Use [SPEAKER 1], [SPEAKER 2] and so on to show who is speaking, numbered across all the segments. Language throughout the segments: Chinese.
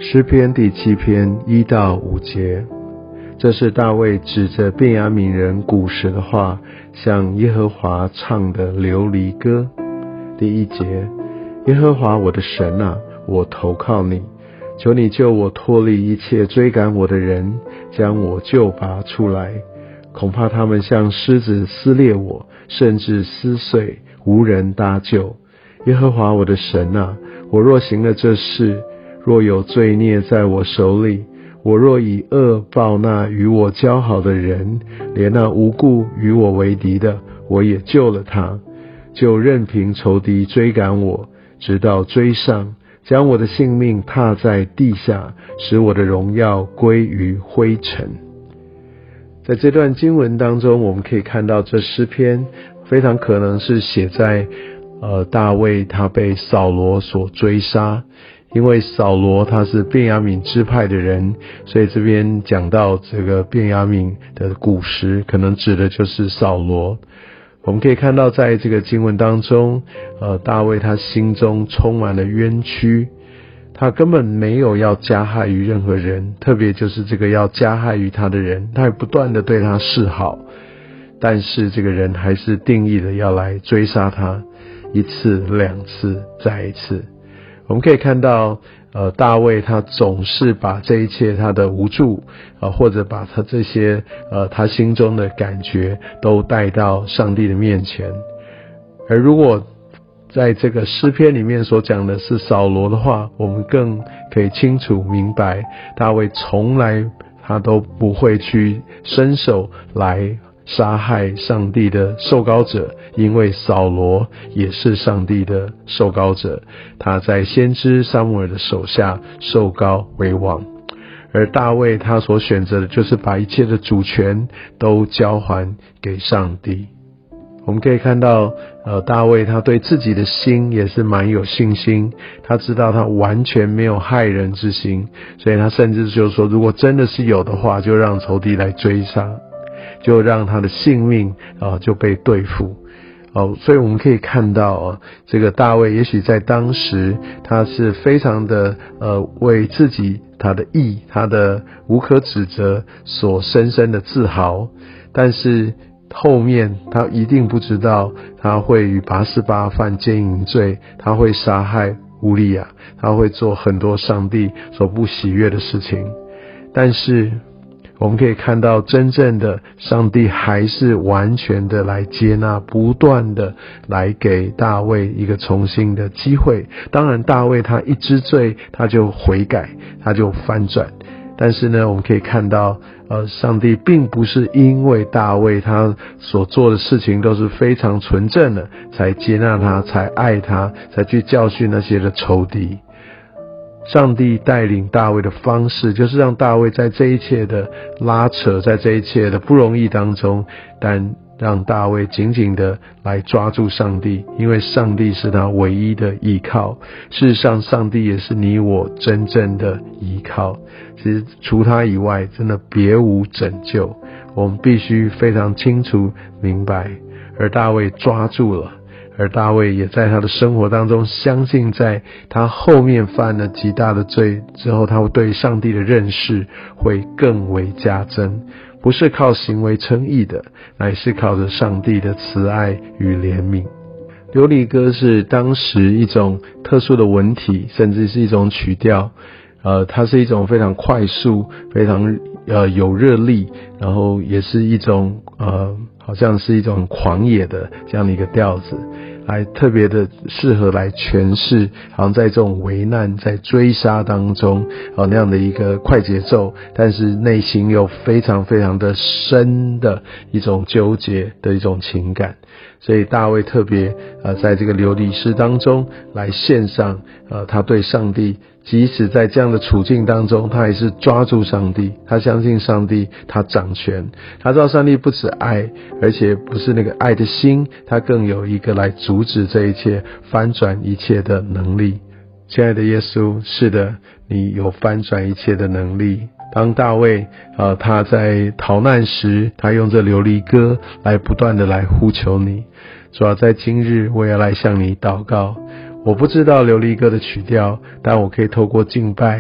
[SPEAKER 1] 诗篇第7篇1到5节，这是大卫指着便雅悯人古时的话，向耶和华唱的流离歌。第1节，耶和华我的神啊，我投靠你，求你救我脱离一切追赶我的人，将我救拔出来。恐怕他们像狮子撕裂我，甚至撕碎，无人搭救。耶和华我的神啊，我若行了这事，若有罪孽在我手里，我若以恶报那与我交好的人，连那无故与我为敌的，我也救了他，就任凭仇敌追赶我，直到追上，将我的性命踏在地下，使我的荣耀归于灰尘。在这段经文当中，我们可以看到这诗篇非常可能是写在大卫他被扫罗所追杀，因为扫罗他是便雅悯支派的人，所以这边讲到这个便雅悯的古时，可能指的就是扫罗。我们可以看到在这个经文当中，大卫他心中充满了冤屈，他根本没有要加害于任何人，特别就是这个要加害于他的人，他也不断的对他示好，但是这个人还是定义的要来追杀他，一次两次再一次。我们可以看到大卫他总是把这一切他的无助或者把他这些他心中的感觉都带到上帝的面前。而如果在这个诗篇里面所讲的是扫罗的话，我们更可以清楚明白，大卫从来他都不会去伸手来杀害上帝的受膏者，因为扫罗也是上帝的受膏者，他在先知撒母耳的手下受膏为王。而大卫他所选择的就是把一切的主权都交还给上帝。我们可以看到大卫他对自己的心也是蛮有信心，他知道他完全没有害人之心，所以他甚至就说，如果真的是有的话，就让仇敌来追杀，就让他的性命就被对付。所以我们可以看到这个大卫也许在当时他是非常的为自己他的义他的无可指责所深深的自豪，但是后面他一定不知道他会与拔示巴犯奸淫罪，他会杀害乌利亚，他会做很多上帝所不喜悦的事情。但是我们可以看到真正的上帝还是完全的来接纳，不断的来给大卫一个重新的机会。当然大卫他一知罪他就悔改，他就翻转，但是呢我们可以看到上帝并不是因为大卫他所做的事情都是非常纯正的才接纳他，才爱他，才去教训那些的仇敌。上帝带领大卫的方式就是让大卫在这一切的拉扯，在这一切的不容易当中，但让大卫紧紧的来抓住上帝，因为上帝是他唯一的依靠。事实上上帝也是你我真正的依靠，其实除他以外真的别无拯救，我们必须非常清楚明白。而大卫抓住了，而大卫也在他的生活当中相信，在他后面犯了极大的罪之后，他会对上帝的认识会更为加增，不是靠行为称义的，乃是靠着上帝的慈爱与怜悯。流离歌是当时一种特殊的文体，甚至是一种曲调，它是一种非常快速，非常有热力，然后也是一种好像是一种很狂野的这样的一个调子，来特别的适合来诠释好像在这种危难在追杀当中那样的一个快节奏，但是内心又非常非常的深的一种纠结的一种情感。所以大卫特别在这个流离诗当中来献上他对上帝，即使在这样的处境当中，他还是抓住上帝，他相信上帝他掌权，他知道上帝不止爱，而且不是那个爱的心，他更有一个来阻止这一切翻转一切的能力。亲爱的耶稣，是的，你有翻转一切的能力。当大卫他在逃难时，他用这流离歌来不断的来呼求你。主要在今日我也要来向你祷告，我不知道流离歌的曲调，但我可以透过敬拜，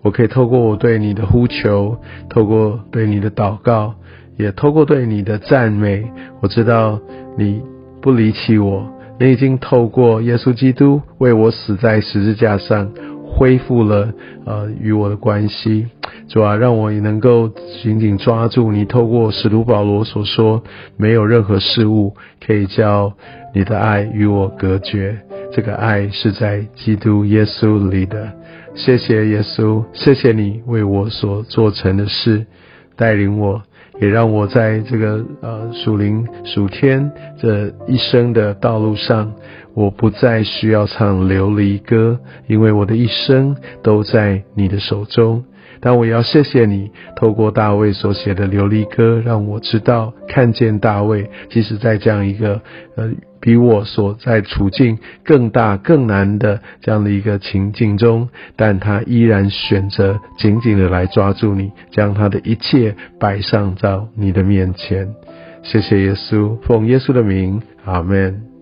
[SPEAKER 1] 我可以透过我对你的呼求，透过对你的祷告，也透过对你的赞美，我知道你不离弃我，你已经透过耶稣基督为我死在十字架上，恢复了与我的关系。主啊，让我也能够紧紧抓住你透过使徒保罗所说，没有任何事物可以叫你的爱与我隔绝，这个爱是在基督耶稣里的。谢谢耶稣，谢谢你为我所做成的事，带领我，也让我在这个属灵属天这一生的道路上，我不再需要唱流离歌，因为我的一生都在你的手中。但我也要谢谢你透过大卫所写的流离歌，让我知道看见大卫即使在这样一个比我所在处境更大更难的这样的一个情境中，但他依然选择紧紧的来抓住你，将他的一切摆上到你的面前。谢谢耶稣，奉耶稣的名，阿们。